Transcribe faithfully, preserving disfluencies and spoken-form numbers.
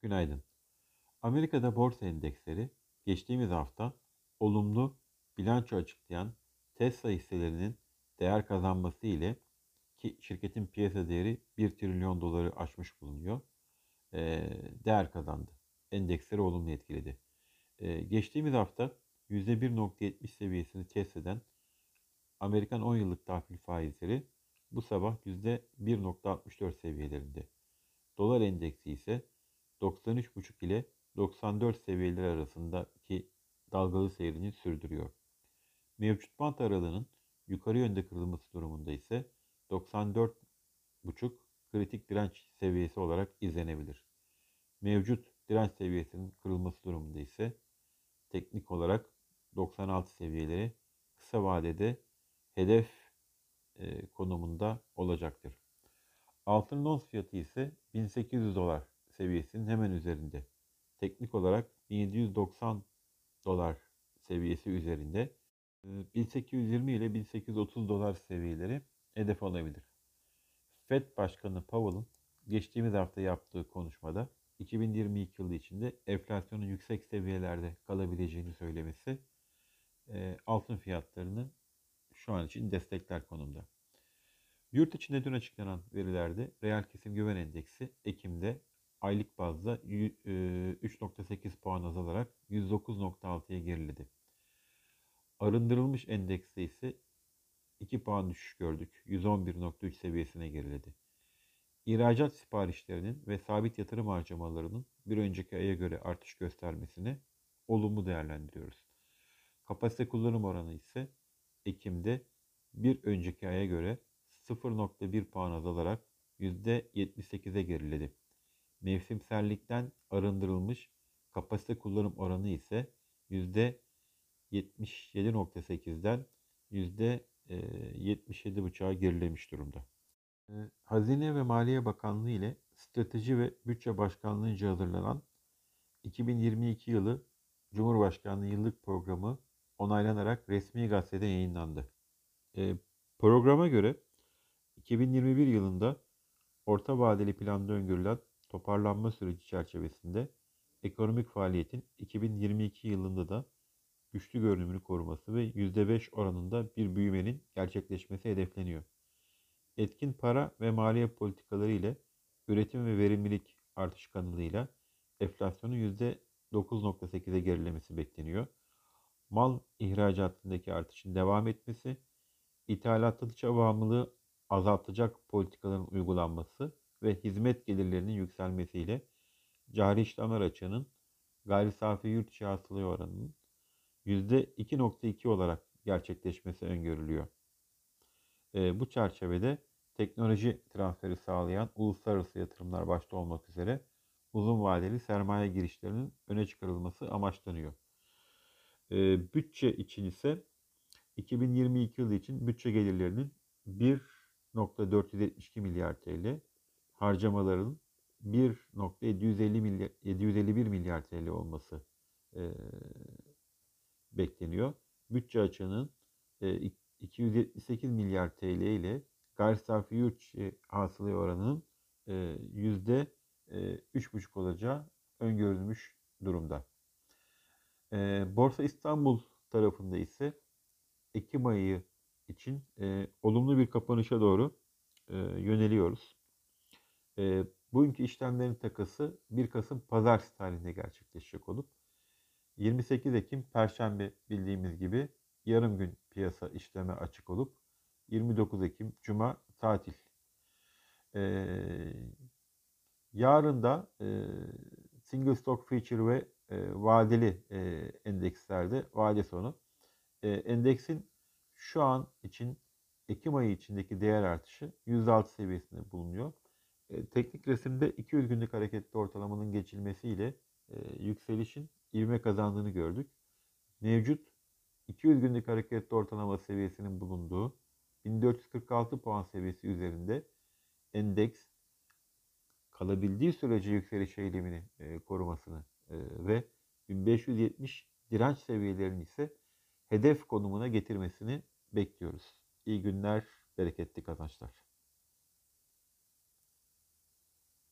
Günaydın. Amerika'da borsa endeksleri geçtiğimiz hafta olumlu bilanço açıklayan Tesla hisselerinin değer kazanması ile ki şirketin piyasa değeri bir trilyon doları aşmış bulunuyor. eee, değer kazandı. Endeksleri olumlu etkiledi. Eee, geçtiğimiz hafta yüzde bir nokta yetmiş seviyesini test eden Amerikan on yıllık tahvil faizleri bu sabah yüzde bir nokta altmış dört seviyelerinde. Dolar endeksi ise doksan üç buçuk ile doksan dört seviyeleri arasındaki dalgalı seyrini sürdürüyor. Mevcut bant aralığının yukarı yönde kırılması durumunda ise doksan dört buçuk kritik direnç seviyesi olarak izlenebilir. Mevcut direnç seviyesinin kırılması durumunda ise teknik olarak doksan altı seviyeleri kısa vadede hedef e, konumunda olacaktır. Altının ons fiyatı ise bin sekiz yüz dolar seviyesinin hemen üzerinde. Teknik olarak bin yedi yüz doksan dolar seviyesi üzerinde. bin sekiz yüz yirmi ile bin sekiz yüz otuz dolar seviyeleri hedef olabilir. Fed Başkanı Powell'ın geçtiğimiz hafta yaptığı konuşmada iki bin yirmi iki yılı içinde enflasyonun yüksek seviyelerde kalabileceğini söylemesi altın fiyatlarını şu an için destekler konumda. Yurt içinde dün açıklanan verilerde reel kesim güven endeksi Ekim'de aylık bazda üç nokta sekiz puan azalarak yüz dokuz nokta altıya geriledi. Arındırılmış endekste ise iki puan düşüş gördük. yüz on bir nokta üç seviyesine geriledi. İhracat siparişlerinin ve sabit yatırım harcamalarının bir önceki aya göre artış göstermesini olumlu değerlendiriyoruz. Kapasite kullanım oranı ise Ekim'de bir önceki aya göre sıfır nokta bir puan azalarak yüzde yetmiş sekize geriledi. Mevsimsellikten arındırılmış kapasite kullanım oranı ise yüzde yetmiş yedi nokta sekizden yüzde yetmiş yedi buçuğa gerilemiş durumda. Hazine ve Maliye Bakanlığı ile Strateji ve Bütçe Başkanlığı'nca hazırlanan iki bin yirmi iki yılı Cumhurbaşkanlığı Yıllık Programı onaylanarak resmi gazetede yayınlandı. E, programa göre iki bin yirmi bir yılında orta vadeli planda öngörülen toparlanma süreci çerçevesinde ekonomik faaliyetin iki bin yirmi iki yılında da güçlü görünümünü koruması ve yüzde beş oranında bir büyümenin gerçekleşmesi hedefleniyor. Etkin para ve maliye politikaları ile üretim ve verimlilik artış kanalıyla enflasyonun yüzde dokuz nokta sekize gerilemesi bekleniyor. Mal ihracatındaki artışın devam etmesi, İthalatta dışa bağımlılığı azaltacak politikaların uygulanması ve hizmet gelirlerinin yükselmesiyle cari işlemler açığının gayri safi yurt içi hasıla oranının yüzde iki nokta iki olarak gerçekleşmesi öngörülüyor. E, bu çerçevede teknoloji transferi sağlayan uluslararası yatırımlar başta olmak üzere uzun vadeli sermaye girişlerinin öne çıkarılması amaçlanıyor. E, bütçe için ise iki bin yirmi iki yılı için bütçe gelirlerinin bir nokta dört yüz yetmiş iki milyar T L, harcamaların bir nokta yedi yüz elli milyar, yedi yüz elli bir milyar T L olması e, bekleniyor. Bütçe açığının e, iki yüz yetmiş sekiz milyar T L ile gayri safi yurt içi hasıla oranının e, yüzde üç buçuk olacağı öngörülmüş durumda. E, Borsa İstanbul tarafında ise Ekim ayı için e, olumlu bir kapanışa doğru e, yöneliyoruz. E, bugünkü işlemlerin takası bir Kasım Pazartesi tarihinde gerçekleşecek olup yirmi sekiz Ekim Perşembe bildiğimiz gibi yarım gün piyasa işleme açık olup yirmi dokuz Ekim Cuma tatil. E, yarın da e, Single Stock Future ve e, vadeli e, endekslerde vade sonu. E, endeksin şu an için Ekim ayı içindeki değer artışı yüzde altı seviyesinde bulunuyor. E, teknik resimde iki yüz günlük hareketli ortalamanın geçilmesiyle e, yükselişin ivme kazandığını gördük. Mevcut iki yüz günlük hareketli ortalama seviyesinin bulunduğu bin dört yüz kırk altı puan seviyesi üzerinde endeks kalabildiği sürece yükseliş eğilimini e, korumasını e, ve bin beş yüz yetmiş direnç seviyelerinin ise hedef konumuna getirmesini bekliyoruz. İyi günler, bereketli kazançlar.